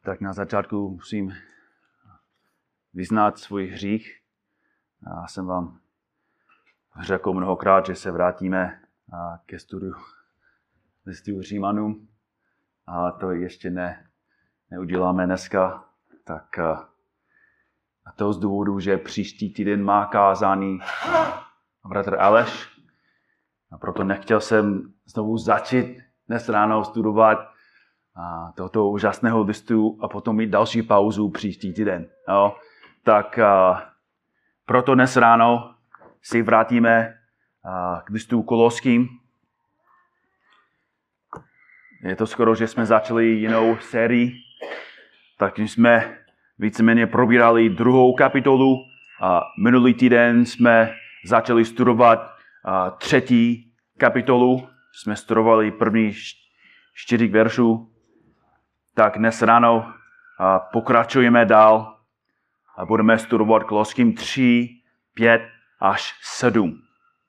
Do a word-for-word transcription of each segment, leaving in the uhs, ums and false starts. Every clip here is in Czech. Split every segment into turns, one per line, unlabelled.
Tak na začátku musím vyznat svůj hřích. Já jsem vám řekl mnohokrát, že se vrátíme ke studiu listu Římanům. A to ještě ne, neuděláme dneska. Tak a to z důvodu, že příští týden má kázání bratr Aleš. A proto nechtěl jsem znovu začít dnes ráno studovat a tohoto úžasného listu a potom mít další pauzu příští týden. Jo? Tak a, proto dnes ráno si vrátíme a, k listu Koloským. Je to skoro, že jsme začali jinou sérii, tak jsme víceméně probírali druhou kapitolu a minulý týden jsme začali studovat a, třetí kapitolu. Jsme studovali první čtyři veršů. Tak dnes ráno a pokračujeme dál a budeme studovat Koloským tři, pět až sedm.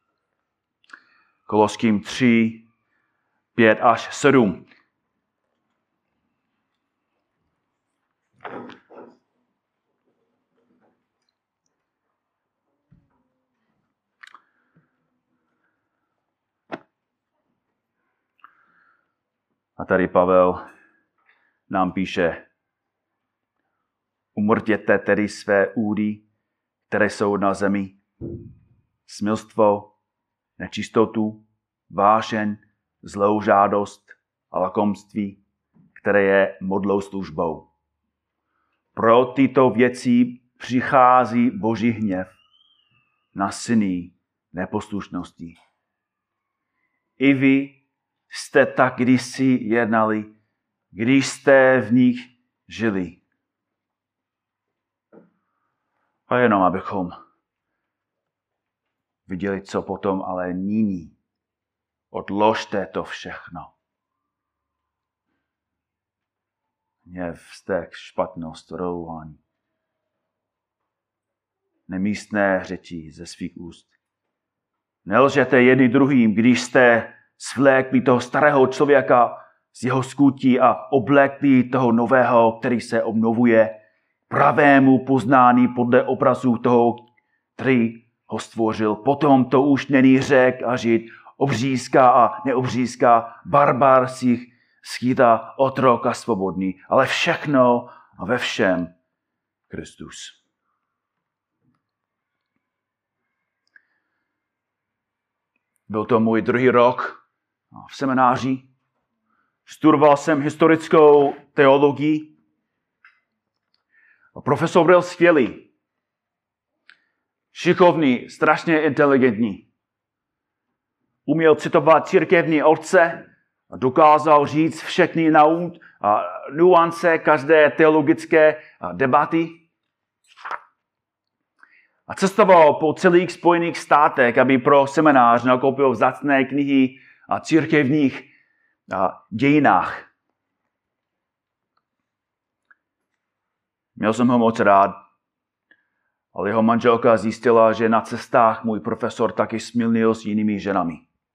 Koloským tři, pět až sedm. A tady Pavel nám píše: umrtěte tedy své údy, které jsou na zemi, smilstvo, nečistotu, vášeň, zlou žádost a lakomství, které je modlou službou. Pro tyto věci přichází Boží hněv na syny neposlušnosti. I vy jste tak kdysi jednali, když jste v nich žili. A jenom abychom viděli, co potom, ale nyní. Odložte to všechno. Hněv, vztek, špatnost, rouhání. Nemístné řeči ze svých úst. Nelžete jedni druhým, když jste svlékli toho starého člověka z jeho skutí a oblekli toho nového, který se obnovuje, pravému poznání podle obrazu toho, který ho stvořil. Potom to už není Řek a Žid, obřízka a neobřízka, barbar, skýta, otrok a svobodný, ale všechno a ve všem Kristus. Byl to můj druhý rok v semináři. Studoval jsem historickou teologii. Profesor byl skvělý, šikovný, strašně inteligentní. Uměl citovat církevní otce a dokázal říct všechny naud a nuance každé teologické debaty. A cestoval po celých Spojených státech, aby pro seminář nakoupil vzácné knihy a církevních a dějinách. Měl jsem ho moc rád, ale jeho manželka zjistila, že na cestách můj profesor taky smilnil s jinými ženami.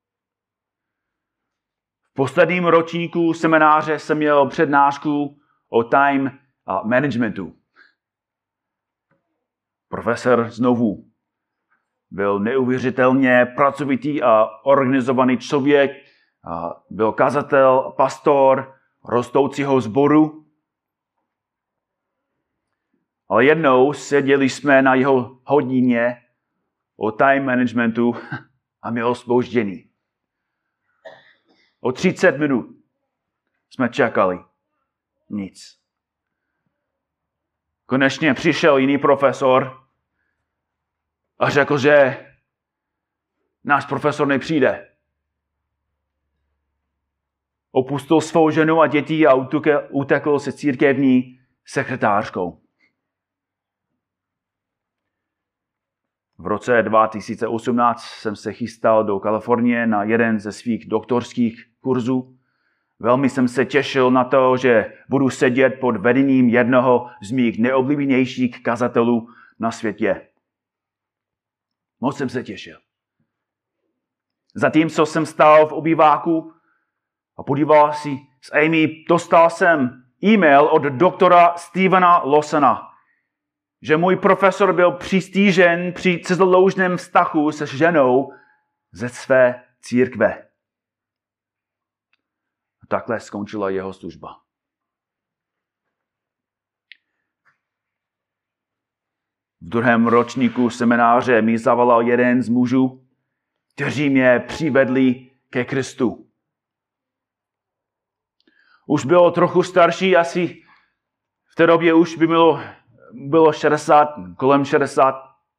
V posledním ročníku semináře jsem měl přednášku o time managementu. Profesor znovu byl neuvěřitelně pracovitý a organizovaný člověk, a byl kazatel, pastor rostoucího sboru. Ale jednou seděli jsme na jeho hodině o time managementu a měl zpoždění. O třicet minut jsme čekali. Nic. Konečně přišel jiný profesor a řekl, že náš profesor nepřijde. Opustil svou ženu a děti a utekl se církevní sekretářkou. V roce dva tisíce osmnáct jsem se chystal do Kalifornie na jeden ze svých doktorských kurzů. Velmi jsem se těšil na to, že budu sedět pod vedením jednoho z mých nejoblíbenějších kazatelů na světě. Moc jsem se těšil. Zatímco jsem stál v obýváku a podíval si s Amy, dostal jsem e-mail od doktora Stevena Lawsona, že můj profesor byl přistýžen při cizoloužném vztahu se ženou ze své církve. A takhle skončila jeho služba. V druhém ročníku semináře mi zavolal jeden z mužů, kteří mě přivedli ke Kristu. Už bylo trochu starší, asi v té době už by bylo, bylo šedesát, kolem šedesát.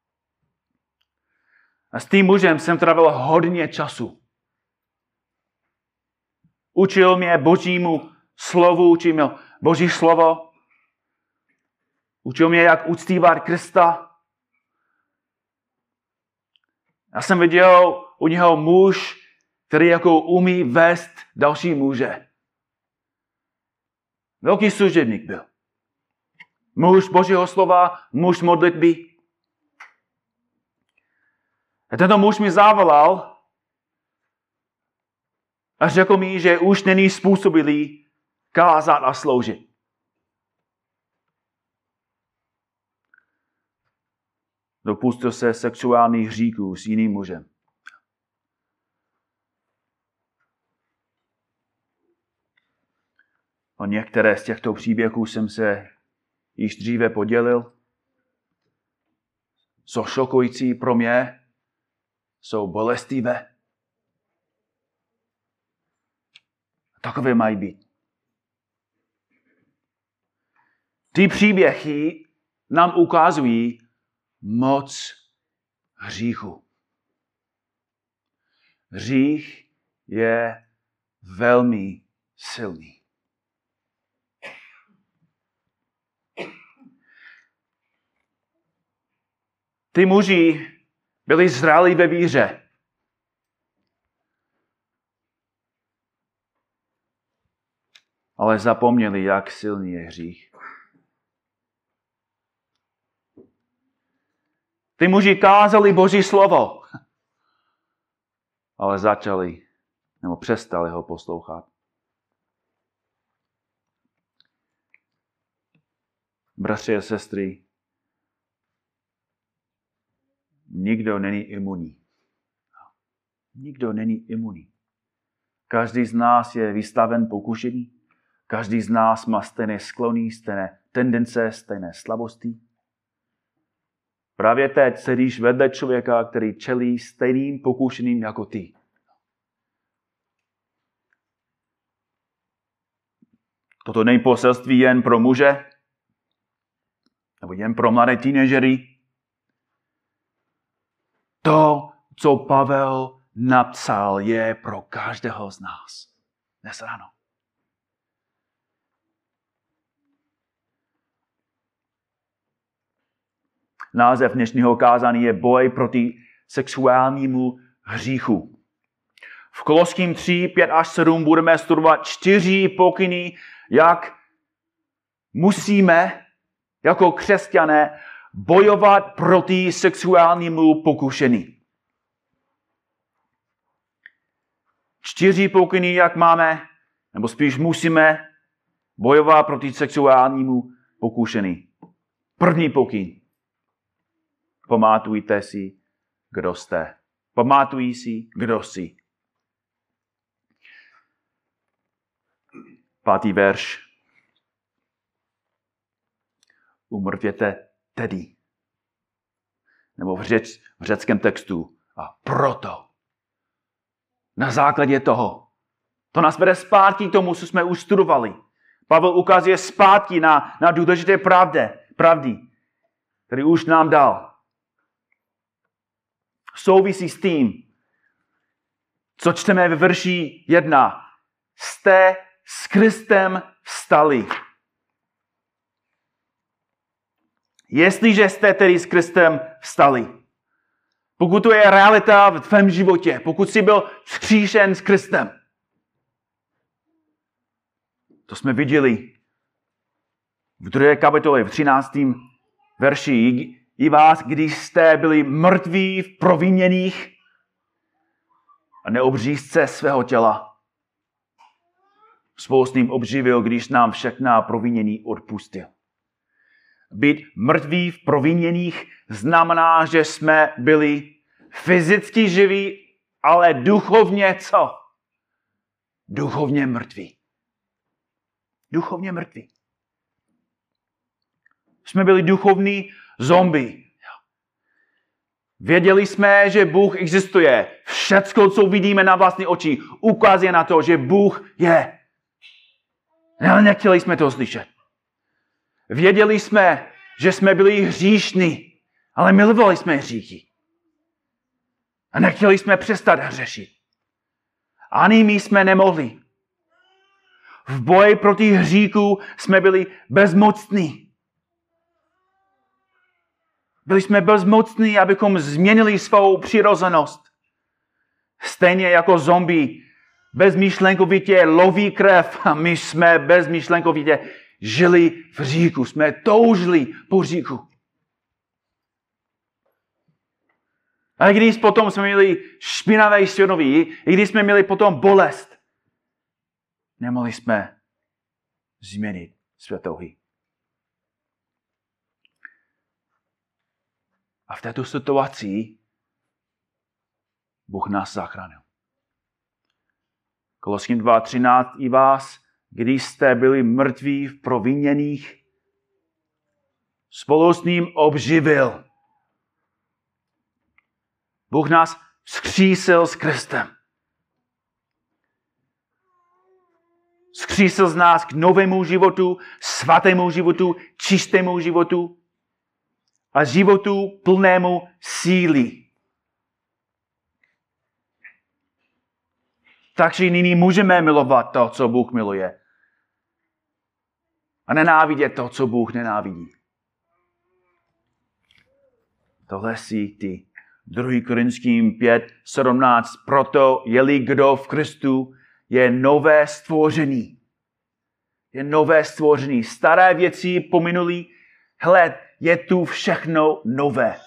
A s tím mužem jsem trávil hodně času. Učil mě Božímu slovu, učil mě Boží slovo. Učil mě, jak uctívat Krista. Já jsem viděl u něho muž, který jako umí vést další muže. Velký služebník byl. Muž Božího slova, muž modlitby. A tento muž mi zavolal a řekl mi, že už není způsobilý kázat a sloužit. Dopustil se sexuálních hříchů s jiným mužem. O některé z těchto příběhů jsem se již dříve podělil. Jsou šokující pro mě, jsou bolestivé. Takové mají být. Ty příběhy nám ukazují moc hříchu. Hřích je velmi silný. Ty muži byli zralí ve víře. Ale zapomněli, jak silný je hřích. Ty muži kázali Boží slovo, ale začali, nebo přestali ho poslouchat. Bratři a sestry, nikdo není imunní. Nikdo není imunní. Každý z nás je vystaven pokušení. Každý z nás má stejné sklony, stejné tendence, stejné slabosti. Právě teď sedíš vedle člověka, který čelí stejným pokušením jako ty. Toto není poselství jen pro muže, nebo jen pro mladé teenagery. To, co Pavel napsal, je pro každého z nás. Dnes ráno. Název dnešního kázání je Boj proti sexuálnímu hříchu. V Koloským tři, pět až sedm budeme studovat čtyři pokyny, jak musíme jako křesťané bojovat proti sexuálnímu pokušení. Čtyři pokyny, jak máme, nebo spíš musíme bojovat proti sexuálnímu pokušení. První pokyn. Pamatujte si, kdo jste. Pamatuj si, kdo jsi. Pátý verš. Umrtvěte tedy. Nebo v, řeč, v řeckém textu. A proto. Na základě toho. To nás vede zpátky k tomu, co jsme už studovali. Pavel ukazuje zpátky na, na důležité pravdy, pravdy, který už nám dal. Souvisí s tím, co čteme ve verši jedna. Jste s Kristem vstali. Jestliže jste tedy s Kristem vstali. Pokud to je realita v tvém životě, pokud jsi byl vzkříšen s Kristem. To jsme viděli v druhé kapitole, v třináctém verši. I vás, když jste byli mrtví v proviněních a neobřízce svého těla. spolu s ním obživil, když nám všechna provinění odpustil. Být mrtví v proviněních znamená, že jsme byli fyzicky živí, ale duchovně co? Duchovně mrtví. Duchovně mrtví. Jsme byli duchovní zombie. Věděli jsme, že Bůh existuje. Všecko, co vidíme na vlastní oči, ukazuje na to, že Bůh je. Ale nechtěli jsme to slyšet. Věděli jsme, že jsme byli hříšní, ale milovali jsme hříchy. A nechtěli jsme přestat hřešit. Ani my jsme nemohli. V boji proti hříchu jsme byli bezmocní. Byli jsme bezmocní, abychom změnili svou přirozenost. Stejně jako zombie bezmyšlenkovitě loví krev a my jsme bezmyšlenkovitě žili v hříchu. Jsme toužili po hříchu. A když potom jsme měli špinavé svědomí, i když jsme měli potom bolest, nemohli jsme změnit své touhy. A v této situaci Bůh nás zachránil. Koloským dva třináct i vás, když jste byli mrtví v proviněních, spolu s ním obživil. Bůh nás vzkřísil s Kristem. Vzkřísil z nás k novému životu, svatému životu, čistému životu a životu plnému síly. Takže nyní můžeme milovat to, co Bůh miluje. A nenávidět to, co Bůh nenávidí. Tohle si ty druhý Korinským pět sedmnáct. Proto je-li kdo v Kristu, je nové stvoření. Je nové stvoření. Staré věci pominuli. Hle, je tu všechno nové.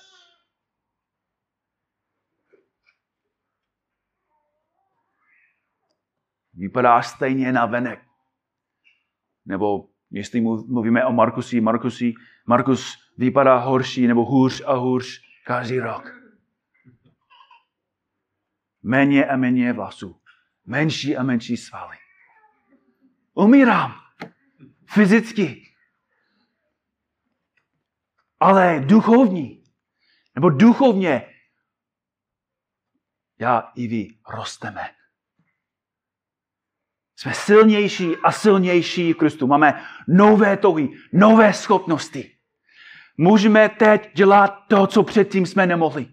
Vypadá stejně na venek. Nebo jestli mluvíme o Markusi, Markusi, Markus vypadá horší nebo hůř a hůř každý rok. Méně a méně vlasů. Menší a menší svaly. Umírám. Fyzicky. Ale duchovní. Nebo duchovně. Já i vy rosteme. Jsme silnější a silnější v Kristu. Máme nové touhy, nové schopnosti. Můžeme teď dělat to, co předtím jsme nemohli.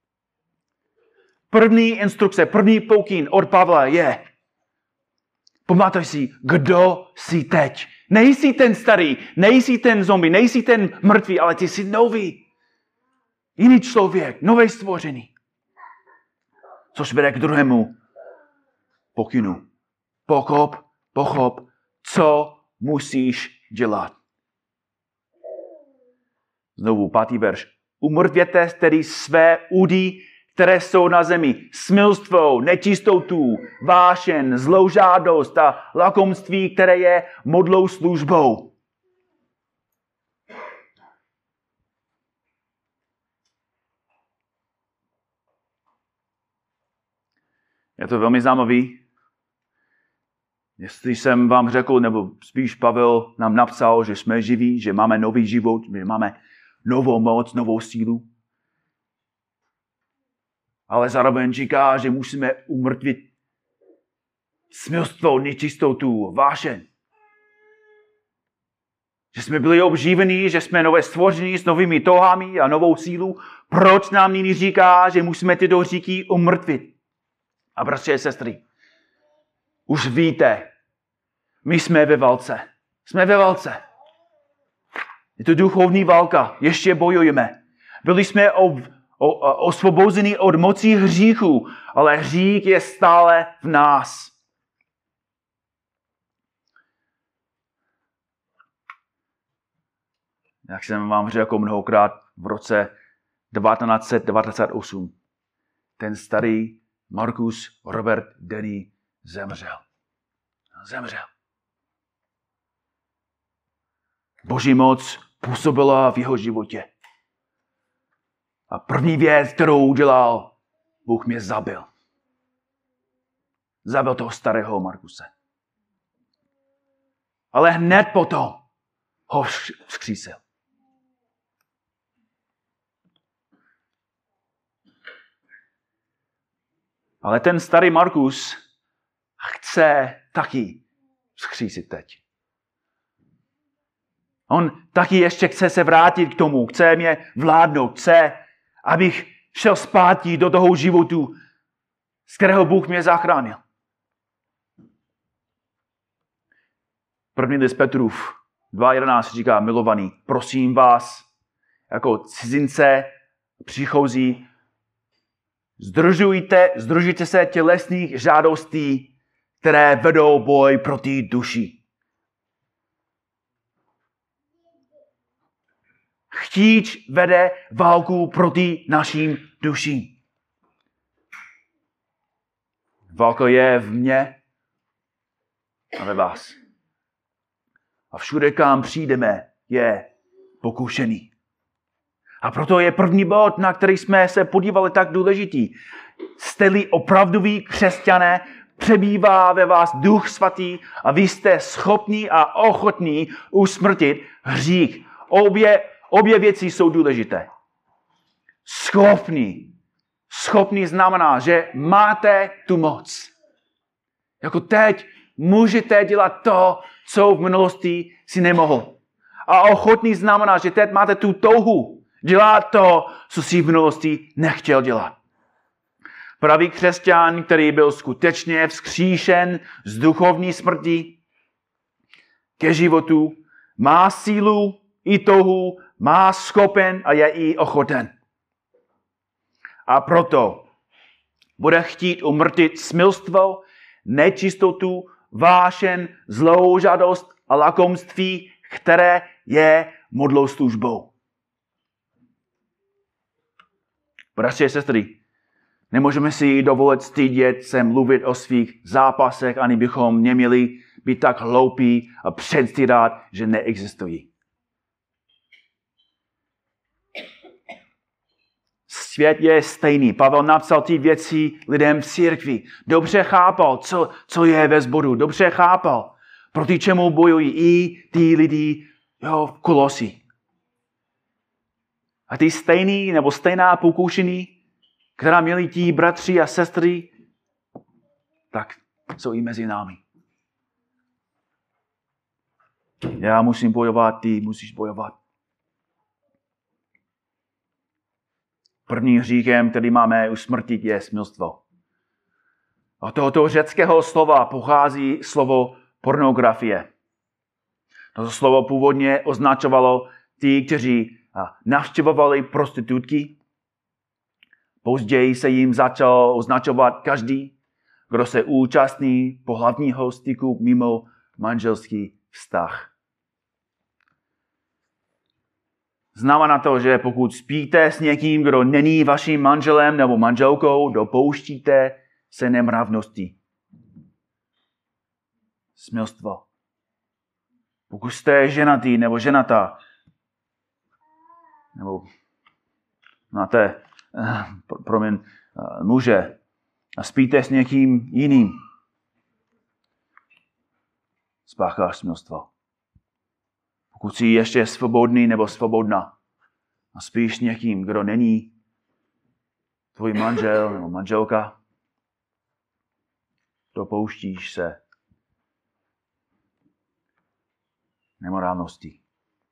První instrukce, první pokyn od Pavla je: pamatuj si, kdo jsi teď. Nejsi ten starý, nejsi ten zombie, nejsi ten mrtvý, ale ty jsi nový. Jiný člověk, nové stvoření. Což vede k druhému pokynu. Pochop, pochop, co musíš dělat. Znovu pátý verš. Umrtvěte tedy své údy, které jsou na zemi, smilstvo, nečistotu, vášen, zloužádost a lakomství, které je modlou službou. Je to velmi zajímavý. Jestli jsem vám řekl, nebo spíš Pavel nám napsal, že jsme živí, že máme nový život, že máme novou moc, novou sílu. Ale zároveň říká, že musíme umrtvit smilstvo, nečistotu, vášeň. Že jsme byli obživení, že jsme nové stvoření s novými touhami a novou sílu. Proč nám nyní říká, že musíme tyto hříchy umrtvit? A bratři a sestry, už víte, my jsme ve válce. Jsme ve válce. Je to duchovní válka. Ještě bojujeme. Byli jsme ob, o, o, osvobozeni od moci hříchu, ale hřích je stále v nás. Jak jsem vám řekl mnohokrát, v roce devatenáct set devadesát osm ten starý Marcus Robert Denny zemřel. Zemřel. Boží moc působila v jeho životě. A první věc, kterou udělal, Bůh mě zabil. Zabil toho starého Markuse. Ale hned potom ho vzkřísil. Ale ten starý Markus chce taky vzkřísit teď. On taky ještě chce se vrátit k tomu, chce mě vládnout, chce, abych šel zpátky do toho životu, z kterého Bůh mě zachránil. První list Petrův dva jedenáct říká, milovaný, prosím vás, jako cizince příchozí, zdržujte, zdržujte se tělesných žádostí, které vedou boj proti duši. Chtíč vede válku proti našim duším. Válka je v mně a ve vás. A všude, kam přijdeme, je pokušený. A proto je první bod, na který jsme se podívali, tak důležitý. Jste-li opravdoví křesťané, přebývá ve vás Duch Svatý a vy jste schopní a ochotní usmrtit hřích. Obě, obě věci jsou důležité. Schopný. Schopný znamená, že máte tu moc. Jako teď můžete dělat to, co v minulosti si nemohl. A ochotný znamená, že teď máte tu touhu dělat to, co si v minulosti nechtěl dělat. Pravý křesťan, který byl skutečně vzkříšen z duchovní smrti ke životu, má sílu i touhu, má schopen a je i ochoten. A proto bude chtít umrtit smilstvo, nečistotu, vášen, zlou žádost a lakomství, které je modlou službou. Bratři a sestry, nemůžeme si dovolit stydět se mluvit o svých zápasech, ani bychom neměli být tak hloupí a předstírat, že neexistují. Svět je stejný. Pavel napsal ty věci lidem v církvi. Dobře chápal, co, co je ve sboru. Dobře chápal, proti čemu bojují i ty lidi jo, v Kolosi. A ty stejný nebo stejná pokušení, která měli ti bratři a sestry, tak jsou i mezi námi. Já musím bojovat, ty musíš bojovat. Prvním hříchem, který máme usmrtit, je smilstvo. Od tohoto řeckého slova pochází slovo pornografie. Toto slovo původně označovalo ty, kteří navštěvovali prostitutky. Později se jim začal označovat každý, kdo se účastní pohlavního styku mimo manželský vztah. Znamená to, že pokud spíte s někým, kdo není vaším manželem nebo manželkou, dopouštíte se nemravnosti. Smilstvo. Pokud jste ženatý nebo ženatá, nebo máte, promiň, muže a spíte s někým jiným, spácháš smilstvo. Pokud jsi ještě svobodný nebo svobodná a spíš s někým, kdo není tvůj manžel nebo manželka, dopouštíš se nemorálnosti.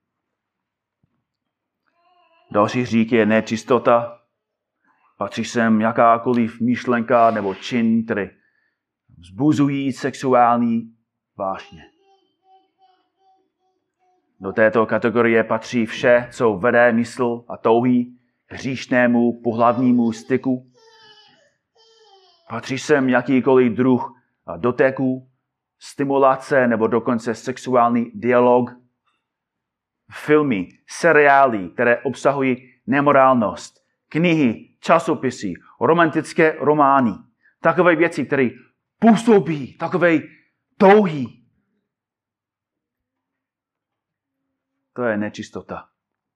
Další hřích je nečistota. Patří sem jakákoliv myšlenka nebo čin, který vzbuzují sexuální vášně. Do této kategorie patří vše, co vede mysl a touhy k hříšnému pohlavnímu styku. Patří sem jakýkoliv druh doteku, stimulace nebo dokonce sexuální dialog. Filmy, seriály, které obsahují nemorálnost, knihy, časopisy, romantické romány. Takové věci, které působí takové touhy. to je nečistota.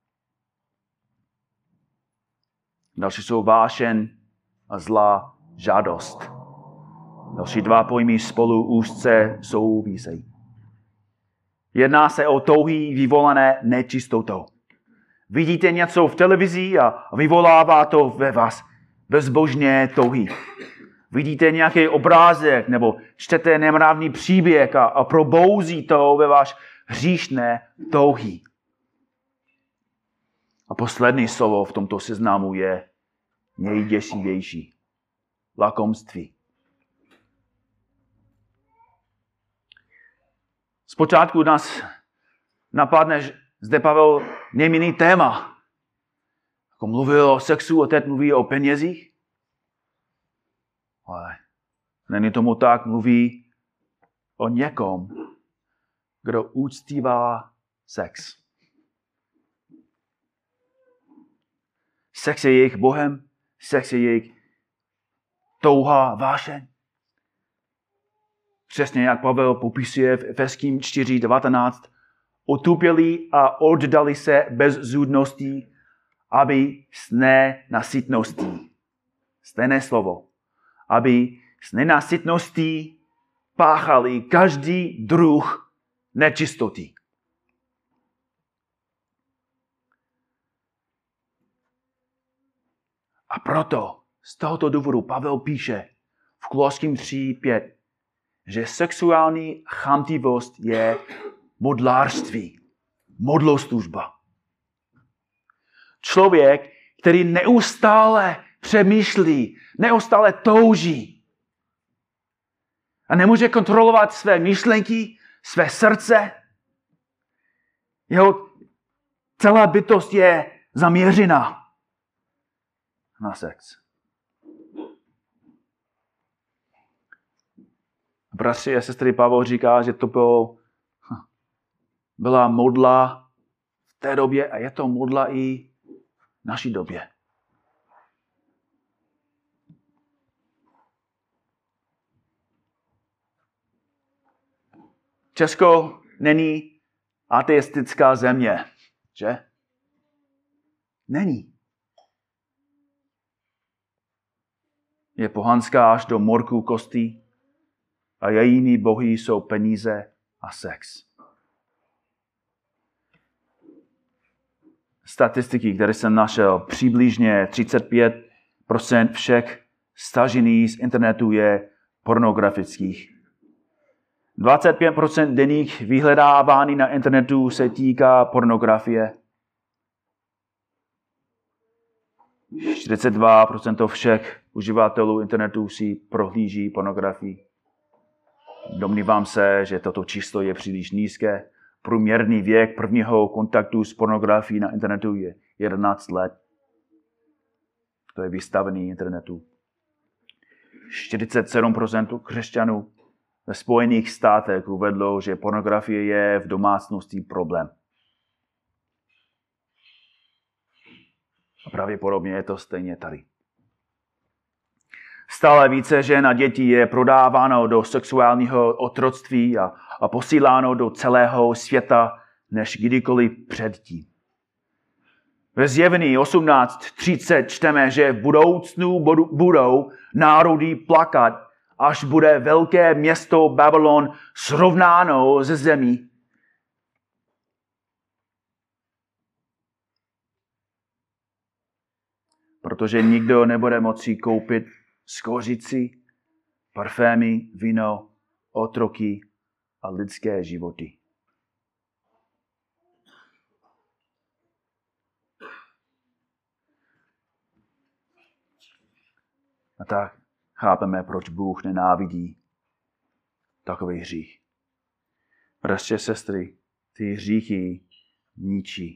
Další jsou vášeň a zlá žádost. Další dva pojmy spolu úzce souvisejí. Jedná se o touhy vyvolané nečistotou. Vidíte něco v televizi a vyvolává to ve vás bezbožné touhy. Vidíte nějaký obrázek nebo čtete nemravný příběh a, a probouzí to ve vás hříšné touhy. A poslední slovo v tomto seznamu je nejděsivější. Lakomství. Zpočátku nás napadne, že zde Pavel nemění téma. Jako mluvil o sexu a teď mluví o penězích. Ale není tomu tak, mluví o někom, kdo uctívá sex. Sex je jejich bohem, sex je jejich touha, vášeň. Přesně jak Pavel popisuje v Efeským čtyři devatenáct, otupěli a oddali se bez zůdností, aby s nenasytností, stejné slovo, aby s nenasytností páchali každý druh nečistoty. A proto z tohoto důvodu Pavel píše v Koloským tři pět, že sexuální chamtivost je modlářství, modloslužba. Člověk, který neustále přemýšlí, neustále touží a nemůže kontrolovat své myšlenky, své srdce, jeho celá bytost je zaměřená na sex. Bratři a sestry, Pavel říká, že to bylo, byla modla v té době a je to modla i v naší době. Česko není ateistická země, že? Není. Je pohanská až do morku kostí a jejími bohy jsou peníze a sex. Statistiky, které jsem našel, přibližně třicet pět procent všech stažení z internetu je pornografických. dvacet pět procent denních vyhledávání na internetu se týká pornografie. čtyřicet dva procent všech uživatelů internetu si prohlíží pornografii. Domnívám se, že toto číslo je příliš nízké. Průměrný věk prvního kontaktu s pornografií na internetu je jedenáct let. To je vystavený internetu. čtyřicet sedm procent křesťanů ve Spojených státech uvedlo, že pornografie je v domácnosti problém. A pravděpodobně je to stejně tady. Stále více žen a dětí je prodáváno do sexuálního otroctví a, a posíláno do celého světa než kdykoliv předtím. Ve Zjevení osmnáct třicet čteme, že v budoucnu budou národy plakat, až bude velké město Babylon srovnáno ze zemí. Protože nikdo nebude moci koupit skořici, parfémy, víno, otroky a lidské životy. A tak chápeme, proč Bůh nenávidí takový hřích. Bratři, sestry, ty hříchy ničí.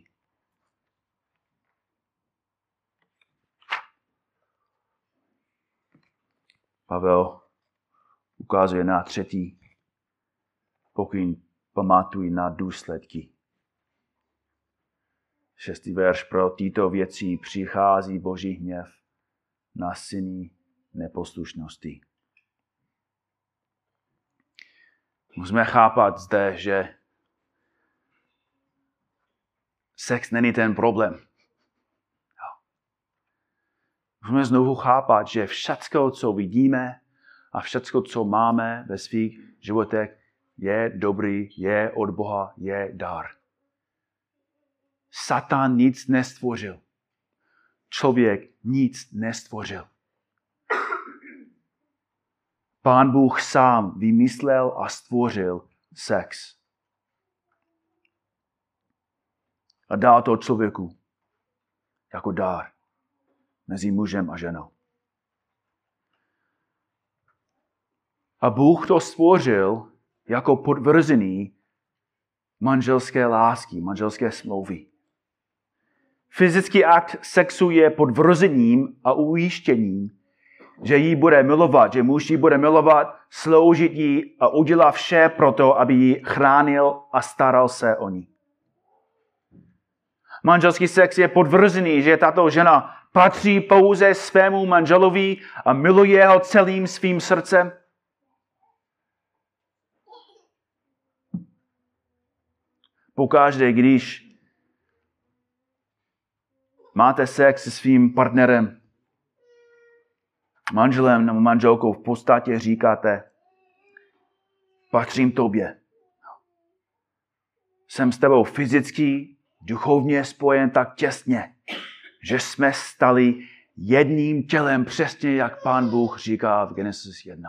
Pavel ukazuje na třetí pokyn, pamatuj na důsledky. Šestý verš, pro tyto věci přichází Boží hněv na syny neposlušnosti. Musíme chápat zde, že Sex není ten problém. Můžeme znovu chápat, že všecko, co vidíme a všecko, co máme ve svých životech, je dobrý, je od Boha, je dar. Satan nic nestvořil. Člověk nic nestvořil. Pán Bůh sám vymyslel a stvořil sex. A dal to člověku jako dar mezi mužem a ženou. A Bůh to stvořil jako potvrzení manželské lásky, manželské smlouvy. Fyzický akt sexu je potvrzením a ujištěním, že ji bude milovat, že muž ji bude milovat, sloužit jí a udělá vše pro to, aby ji chránil a staral se o ní. Manželský sex je potvrzený, že tato žena patří pouze svému manželovi a miluje ho celým svým srdcem. Pokaždé, když máte sex se svým partnerem, manželem nebo manželkou, v podstatě říkáte, patřím tobě. Jsem s tebou fyzicky, duchovně spojen tak těsně, že jsme stali jedním tělem, přesně jak Pán Bůh říká v Genesis jedna.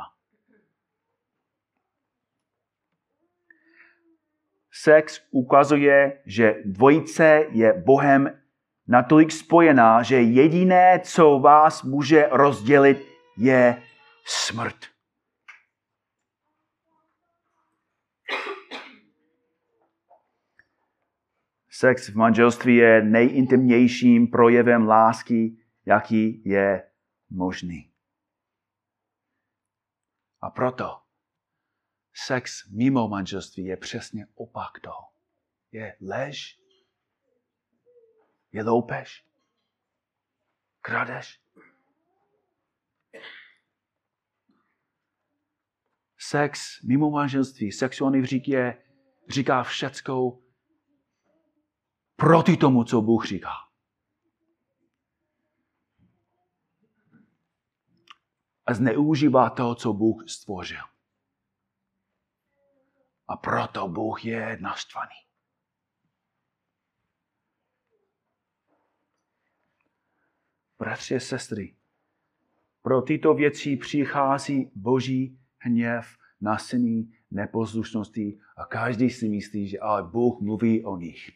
Sex ukazuje, že dvojice je Bohem natolik spojená, že jediné, co vás může rozdělit, je smrt. Sex v manželství je nejintimnějším projevem lásky, jaký je možný. A proto sex mimo manželství je přesně opak toho. Je lež, je loupež, kradeš. Sex mimo manželství, sexuální hřích je, říká všecko proti tomu, co Bůh říká. A zneužívá to, co Bůh stvořil. A proto Bůh je naštvaný. Bratři a sestry, pro tyto věci přichází Boží hněv na syny neposlušnosti a každý si myslí, že ale Bůh mluví o nich.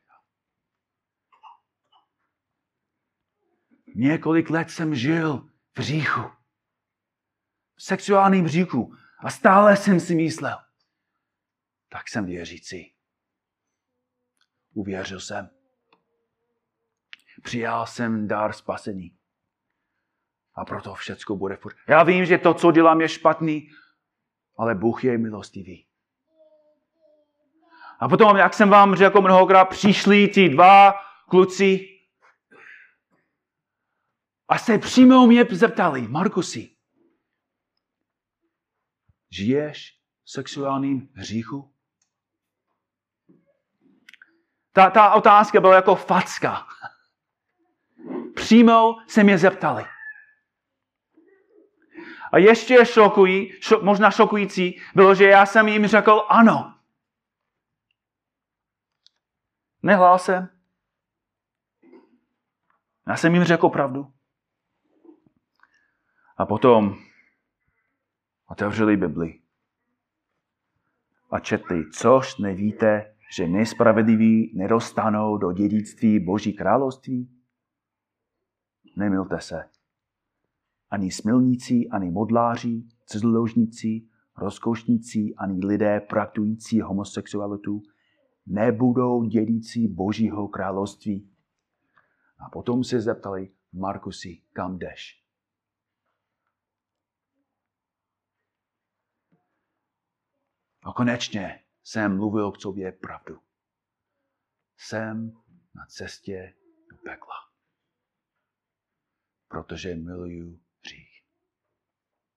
Několik let jsem žil v hříchu, v sexuálním hříchu a stále jsem si myslel, tak jsem věřící. Uvěřil jsem. Přijal jsem dar spasení. A proto všecko bude furt. Já vím, že to, co dělám, je špatný, ale Bůh je milostivý. A potom, jak jsem vám řekl mnohokrát, přišli ti dva kluci a se přímo mě zeptali, Markusi, žiješ v sexuálním hříchu? Ta, ta otázka byla jako facka. Přímo se mě zeptali. A ještě šokují, šo, možná šokující bylo, že já jsem jim řekl ano. Nehlál jsem. Já jsem jim řekl pravdu. A potom otevřeli Bibli a četli, což nevíte, že nespravedliví nedostanou do dědictví Boží království? Nemilte se. Ani smilníci, ani modláři, cizoložníci, rozkošníci, ani lidé praktikující homosexualitu nebudou dědící Božího království. A potom se zeptali, Markusi, kam jdeš? A konečně jsem mluvil k sobě pravdu. Jsem na cestě do pekla. Protože miluju hřích.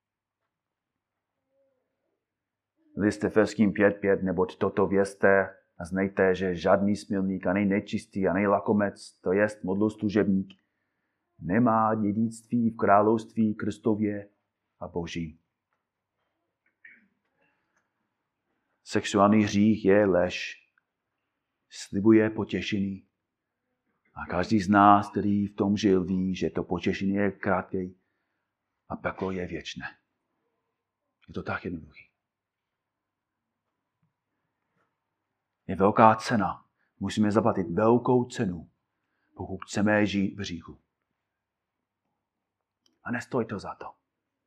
List Efeským pět pět, neboť toto vězte, A znejte, že žádný smilník, ani nečistý, ani lakomec, to jest modloslužebník, nemá dědictví v království Kristově a Boží. Sexuální hřích je lež, slibuje potěšení. A každý z nás, který v tom žil, ví, že to potěšení je krátké a peklo je věčné. Je to tak jednoduché. Je velká cena. Musíme zaplatit velkou cenu, pokud chceme žít v hříchu. A nestojí to za to.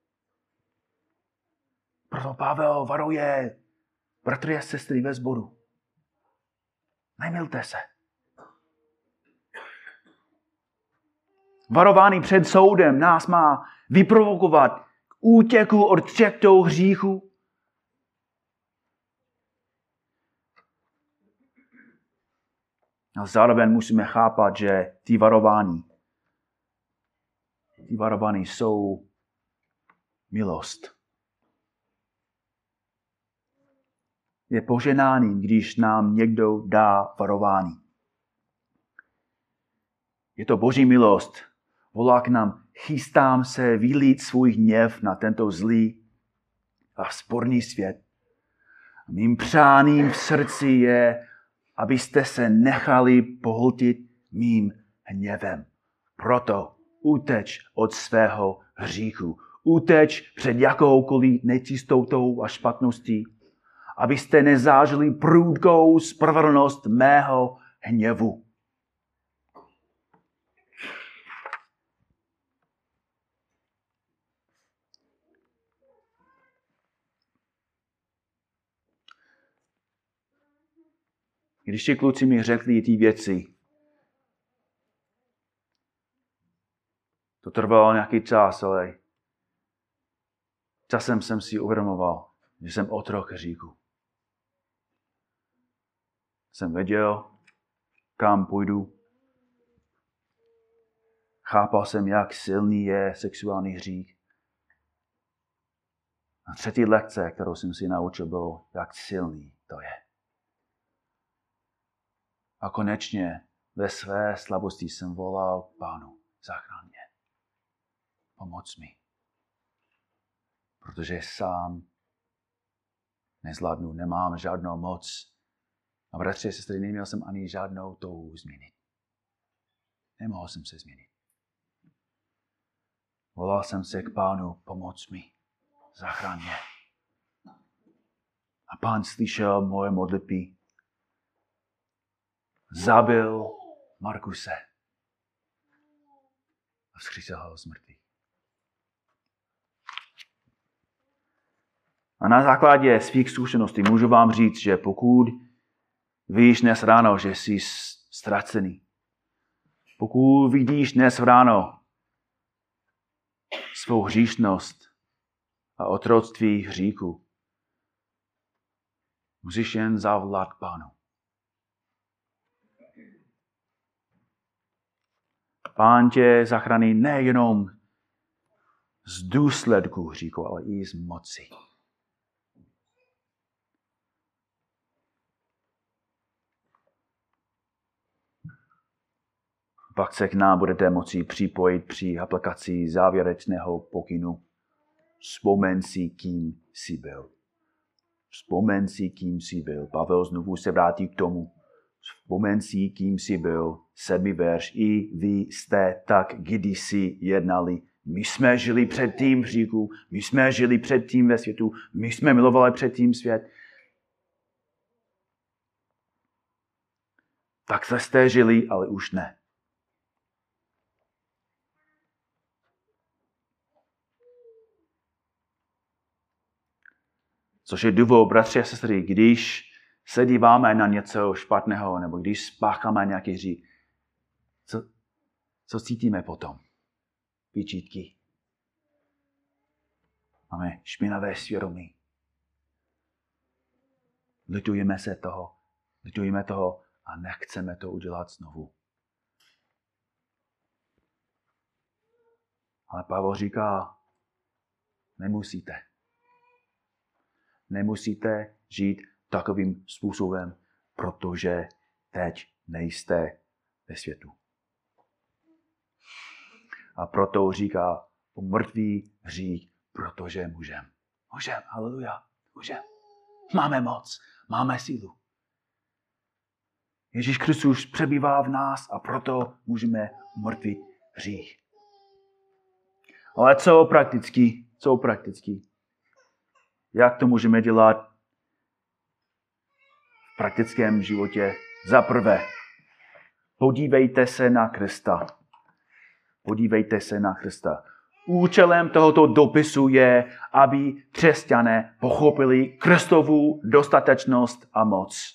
Proto Pavel varuje bratry a sestry ve sboru. Nemylte se. Varování před soudem nás má vyprovokovat k útěku od těchto hříchů. A zároveň musíme chápat, že ty varování, ty varování jsou milost. Je poženáním, když nám někdo dá varování. Je to Boží milost. Volá k nám, chystám se vylít svůj hněv na tento zlý a sporný svět. A mým přáním v srdci je, abyste se nechali pohltit mým hněvem. Proto uteč od svého hříchu. Uteč před jakoukoliv nečistotou a špatností, abyste nezážili prudkou spravedlnost mého hněvu. Když ti kluci mi řekli ty věci, to trvalo nějaký čas, ale časem jsem si uvědomoval, že jsem otrok hříchu. Jsem věděl, kam půjdu. Chápal jsem, jak silný je sexuální hřích. A třetí lekce, kterou jsem si naučil, bylo, jak silný to je. A konečně ve své slabosti jsem volal Pánu, zachraň mě. Pomoc mi. Protože sám nezvládnu, nemám žádnou moc. A bratři a sestry, neměl jsem ani žádnou touhu změnit. Nemohl jsem se změnit. Volal jsem se k Pánu, pomoc mi, zachraň mě. A Pán slyšel moje modlitby. Zabil Markuse a vzkřísil ho z mrtvých. A na základě svých zkušeností můžu vám říct, že pokud víš dnes ráno, že jsi ztracený, pokud vidíš dnes ráno svou hříšnost a otroctví hříchu, musíš jen zavolat k Pánu. Pán tě zachrání nejenom z důsledku hříchu, ale i z moci. Pak se k nám budete moci připojit při aplikaci závěrečného pokynu. Vzpomeň si, kým jsi byl. Vzpomeň si, kým jsi byl. Pavel znovu se vrátí k tomu. Vzpomeň si, kým jsi byl. Sedmý verš. I vy jste tak kdysi jednali. My jsme žili předtím v hříchu. My jsme žili předtím ve světu. My jsme milovali předtím svět. Tak se jste žili, ale už ne. Což je důvod, bratři a sestry, když se díváme na něco špatného, nebo když spácháme nějaký hřích, co, co cítíme potom? Výčitky. Máme špinavé svědomí. Litujeme se toho, litujeme toho a nechceme to udělat znovu. Ale Pavel říká, nemusíte. Nemusíte žít takovým způsobem, protože teď nejste ve světu. A proto říká, umrtví hřích, protože můžem. Můžem, haleluja, můžem. Máme moc, máme sílu. Ježíš Kristus přebývá v nás a proto můžeme umrtvit hřích. Ale co prakticky? Co prakticky? Jak to můžeme dělat v praktickém životě? Za prvé, podívejte se na Krista. Podívejte se na Krista. Účelem tohoto dopisu je, aby křesťané pochopili Kristovu dostatečnost a moc.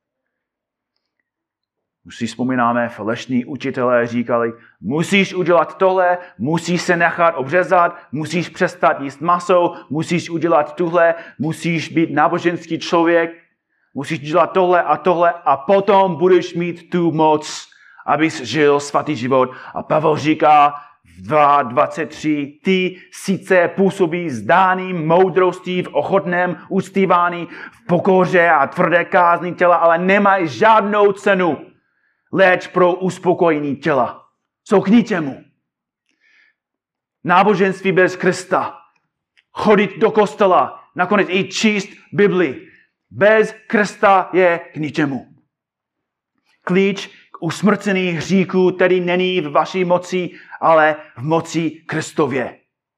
Už si vzpomínáme, falešní učitelé říkali, musíš udělat tohle, musíš se nechat obřezat, musíš přestat jíst maso, musíš udělat tuhle, musíš být náboženský člověk, musíš dělat tohle a tohle a potom budeš mít tu moc, abys žil svatý život. A Pavel říká v dva dvacet tři, ty sice působí zdáným moudrostí v ochotném uctívání, v pokoře a tvrdé kázni těla, ale nemají žádnou cenu, leč pro uspokojení těla. Jsou k ničemu. Náboženství bez Krista, chodit do kostela, nakonec i číst Bibli, bez Krista je k ničemu. Klíč k usmrcení hříchu tedy není v vaší moci, ale v moci Kristově.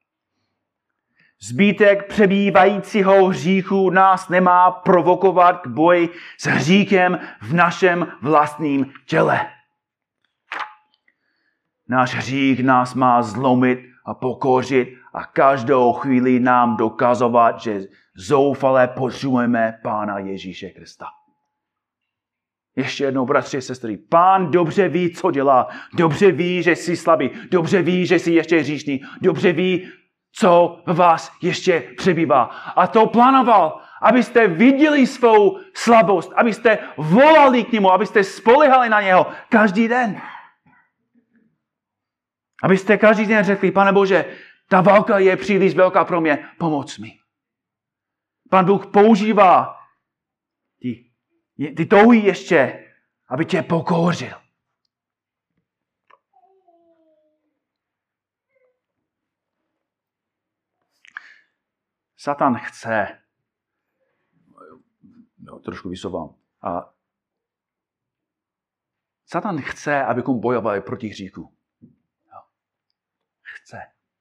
Zbytek přebývajícího hříchu nás nemá provokovat k boji s hříchem v našem vlastním těle. Náš hřích nás má zlomit a pokořit a každou chvíli nám dokazovat, že zoufale potřebujeme Pána Ježíše Krista. Ještě jednou, bratři a sestry, Pán dobře ví, co dělá. Dobře ví, že jsi slabý. Dobře ví, že jsi ještě hříšný. Dobře ví, co v vás ještě přebývá. A to plánoval, abyste viděli svou slabost, abyste volali k němu, abyste spolehali na něho každý den. Abyste každý den řekli, Pane Bože, ta válka je příliš velká pro mě, pomoc mi. Pán Bůh používá ty, ty touhy ještě, aby tě pokořil. Satan chce, no, trošku vysouvám, a Satan chce, abychom bojovali proti hříchu. Jo. Chce.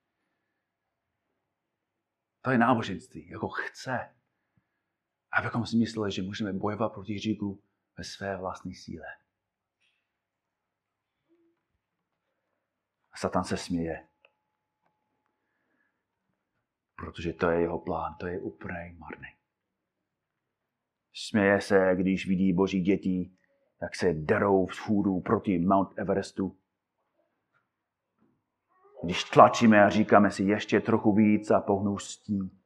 To je náboženství, jako chce, abychom si mysleli, že můžeme bojovat proti hříchu ve své vlastní síle. A Satan se směje. Protože to je jeho plán, to je úplně marný. Směje se, když vidí boží děti, jak se derou vzhůru proti Mount Everestu. Když tlačíme a říkáme si ještě trochu víc a pohnou s tím.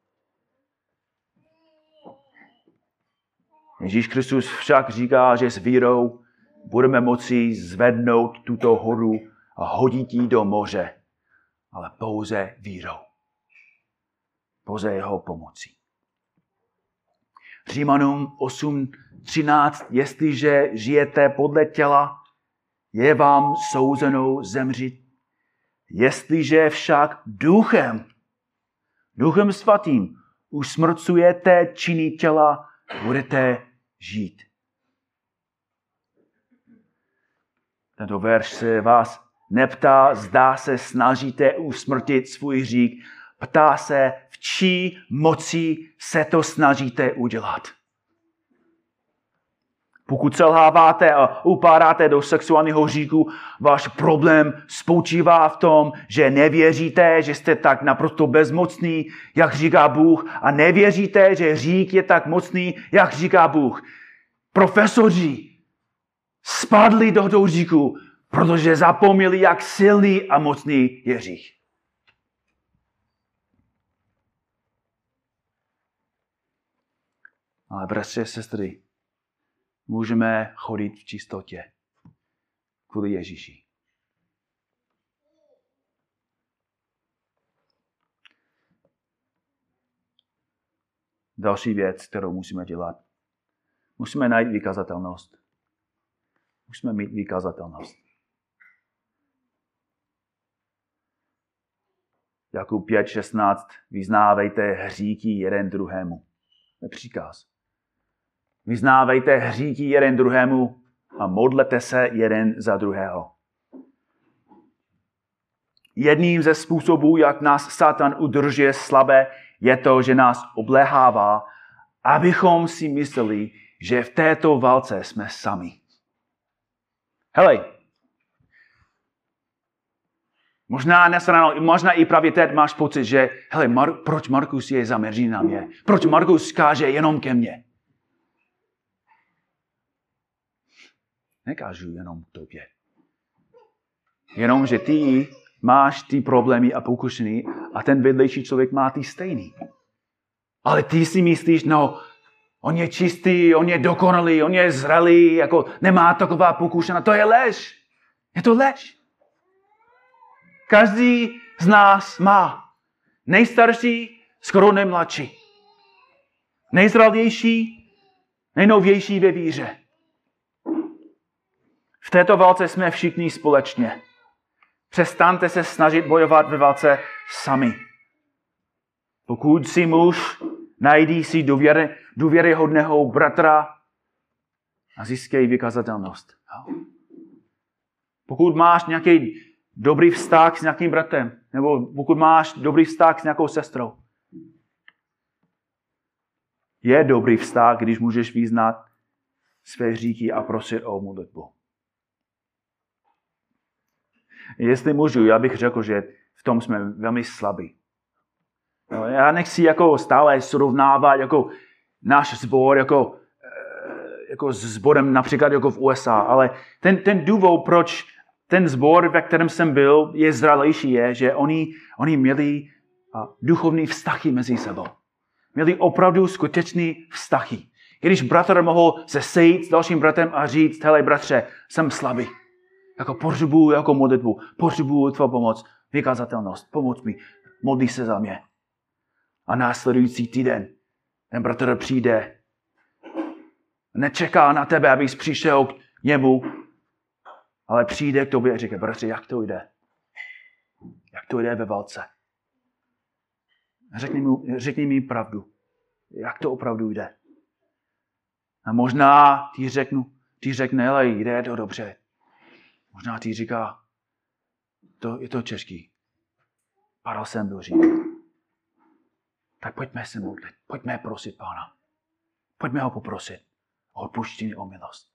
Ježíš Kristus však říká, že s vírou budeme moci zvednout tuto horu a hodit ji do moře, ale pouze vírou. Pouze jeho pomocí. Římanům osm třináct, jestliže žijete podle těla, je vám souzeno zemřít. Jestliže však duchem, duchem svatým, usmrcujete činy těla, budete žít. Tento verš se vás neptá, zdá se snažíte usmrtit svůj hřích, ptá se, v čí moci se to snažíte udělat. Pokud selháváte a upádáte do sexuálního hříchu, váš problém spočívá v tom, že nevěříte, že jste tak naprosto bezmocný, jak říká Bůh, a nevěříte, že hřích je tak mocný, jak říká Bůh. Profesoři spadli do toho hříchu, protože zapomněli, jak silný a mocný je hřích. Ale bratři a sestry, můžeme chodit v čistotě kvůli Ježíši. Další věc, kterou musíme dělat. Musíme najít vykazatelnost. Musíme mít vykazatelnost. Jakub pět šestnáct. Vyznávejte hříchy jeden druhému. To je příkaz. Vyznávejte hříchy jeden druhému a modlete se jeden za druhého. Jedním ze způsobů, jak nás Satan udržuje slabé, je to, že nás obléhává, abychom si mysleli, že v této válce jsme sami. Helej, možná dnes ráno, možná i právě teď máš pocit, že hele, Mar- proč Markus je zaměřený na mě? Proč Markus káže jenom ke mně? Nekážu jenom k tobě. Jenom, že ty máš ty problémy a pokušení a ten vedlejší člověk má ty stejný. Ale ty si myslíš, no, on je čistý, on je dokonalý, on je zralý, jako nemá taková pokušená. To je lež. Je to lež. Každý z nás má. Nejstarší, skoro nejmladší. Nejzralější, nejnovější ve víře. V této válce jsme všichni společně. Přestaňte se snažit bojovat ve válce sami. Pokud jsi muž, najdi si důvěry, důvěryhodného bratra a získej vykazatelnost. Pokud máš nějaký dobrý vztah s nějakým bratrem, nebo pokud máš dobrý vztah s nějakou sestrou, je dobrý vztah, když můžeš vyznat své hříchy a prosit o modlitbu. Jestli můžu, já bych řekl, že v tom jsme velmi slabí. Já nechci jako stále srovnávat jako náš sbor jako, jako s sborem například jako v U S A, ale ten, ten důvod, proč ten sbor, ve kterém jsem byl, je zralejší, je, že oni, oni měli duchovní vztahy mezi sebou. Měli opravdu skutečný vztahy. Když bratr mohl se sejít s dalším bratrem a říct, hele bratře, jsem slabý. Jako potřebuju jako modlitbu, potřebuju tvou pomoc, vykazatelnost, pomoc mi, modlí se za mě. A následující týden ten bratr přijde, nečeká na tebe, abys přišel k němu, ale přijde k tobě a říká, bratře, jak to jde? Jak to jde ve válce? Řekni mi, řekni mi pravdu. Jak to opravdu jde? A možná ti řeknu, ti řekne, ale jde to dobře. Možná ti říká, to, je to těžký. Padal jsem do řík. Tak pojďme se modlit. Pojďme prosit Pána. Pojďme ho poprosit o odpuštění, o milost.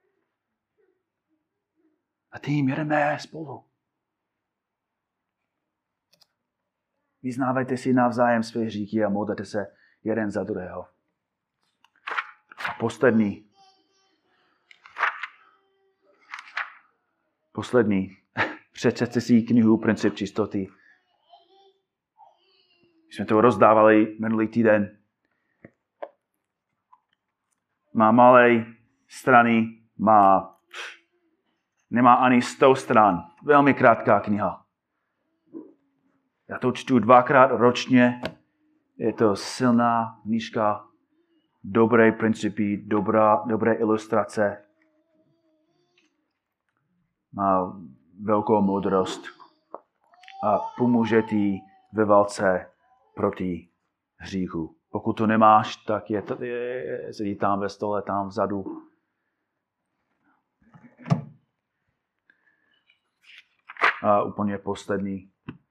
A tím jedeme spolu. Vyznávajte si navzájem své hříchy a modlete se jeden za druhého. A poslední. Poslední. Přečtěte si knihu Princip čistoty. My jsme to rozdávali minulý týden. Má malé strany, má, nemá ani sto stran. Velmi krátká kniha. Já to čtu dvakrát ročně. Je to silná knížka, dobré principy, dobrá, dobré ilustrace. Má velkou moudrost a pomůže ti ve válce proti hříchu. Pokud to nemáš, tak je, je, sedí tam ve stole, tam vzadu. A úplně poslední.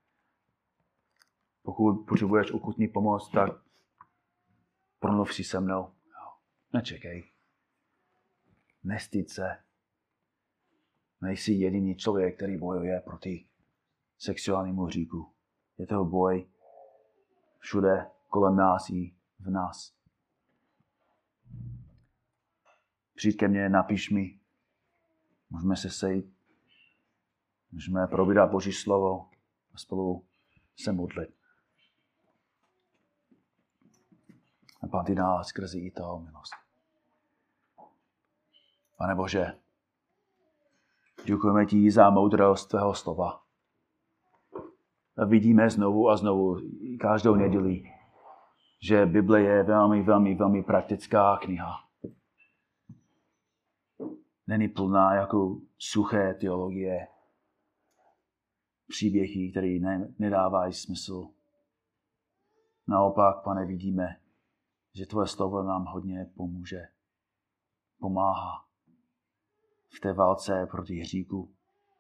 Pokud potřebuješ okutní pomoc, tak promluv si se mnou. Nečekej. Nestyd se. Nejsi jediný člověk, který bojuje proti sexuálnímu hříchu. Je to boj všude kolem nás i v nás. Přijď ke mně, napiš mi. Můžeme se sejít. Můžeme probírat Boží slovo a spolu se modlit. A Pán ty dá skrze i toho milost. Pane Bože, děkujeme ti za moudrost tvého slova. A vidíme znovu a znovu každou neděli, že Bible je velmi, velmi, velmi praktická kniha. není plná jako suché teologie, příběhy, které ne, nedávají smysl. Naopak, Pane, vidíme, že tvoje slovo nám hodně pomůže. Pomáhá v té válce proti hříchu.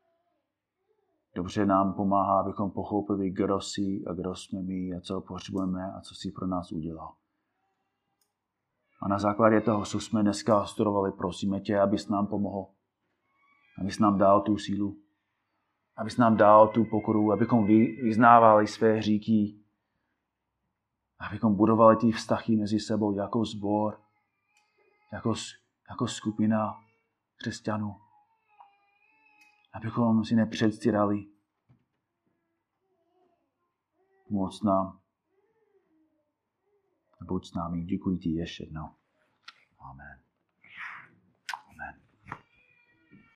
Dobře nám pomáhá, abychom pochopili, kdo jsi a kdo jsme my a co potřebujeme a co jsi pro nás udělal. A na základě toho, co jsme dneska studovali, prosíme tě, abys nám pomohl. Abys nám dal tu sílu. Abys nám dal tu pokoru, abychom vyznávali své hříchy. Abychom budovali ty vztahy mezi sebou jako sbor, jako, jako skupina křesťanů. Abychom si nepředstírali. Pomoc nám. Buď s námi. Děkuji ti ještě jednou. Amen.